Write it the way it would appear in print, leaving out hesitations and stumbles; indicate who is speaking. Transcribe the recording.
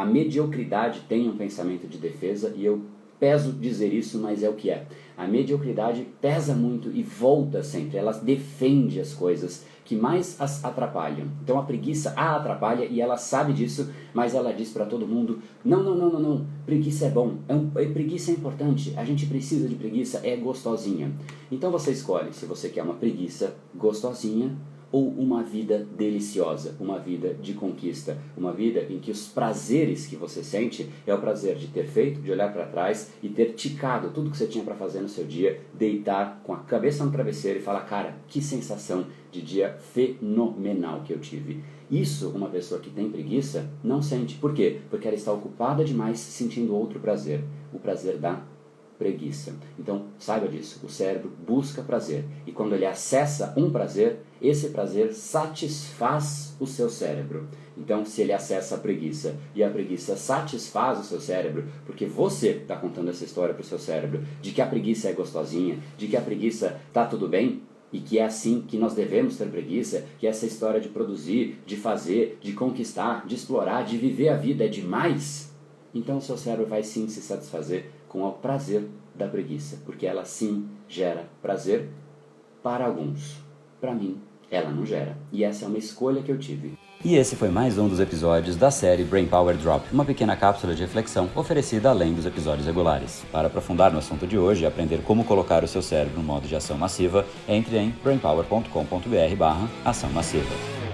Speaker 1: A mediocridade tem um pensamento de defesa e eu peso dizer isso, mas é o que é. A mediocridade pesa muito e volta sempre, ela defende as coisas que mais as atrapalham. Então a preguiça a atrapalha e ela sabe disso, mas ela diz para todo mundo, não, preguiça é bom, preguiça é importante, a gente precisa de preguiça, é gostosinha. Então você escolhe se você quer uma preguiça gostosinha ou uma vida deliciosa, uma vida de conquista, uma vida em que os prazeres que você sente é o prazer de ter feito, de olhar para trás e ter ticado tudo que você tinha para fazer no seu dia, deitar com a cabeça no travesseiro e falar, cara, que sensação de dia fenomenal que eu tive. Isso, uma pessoa que tem preguiça não sente. Por quê? Porque ela está ocupada demais sentindo outro prazer, o prazer da preguiça. Então, saiba disso, o cérebro busca prazer e quando ele acessa um prazer, esse prazer satisfaz o seu cérebro. Então, se ele acessa a preguiça e a preguiça satisfaz o seu cérebro, porque você está contando essa história para o seu cérebro, de que a preguiça é gostosinha, de que a preguiça está tudo bem, e que é assim que nós devemos ter preguiça, que essa história de produzir, de fazer, de conquistar, de explorar, de viver a vida é demais, então o seu cérebro vai sim se satisfazer com o prazer da preguiça, porque ela sim gera prazer para alguns. Para mim, ela não gera. E essa é uma escolha que eu tive.
Speaker 2: E esse foi mais um dos episódios da série Brain Power Drop, uma pequena cápsula de reflexão oferecida além dos episódios regulares. Para aprofundar no assunto de hoje e aprender como colocar o seu cérebro no modo de ação massiva, entre em brainpower.com.br/ação massiva.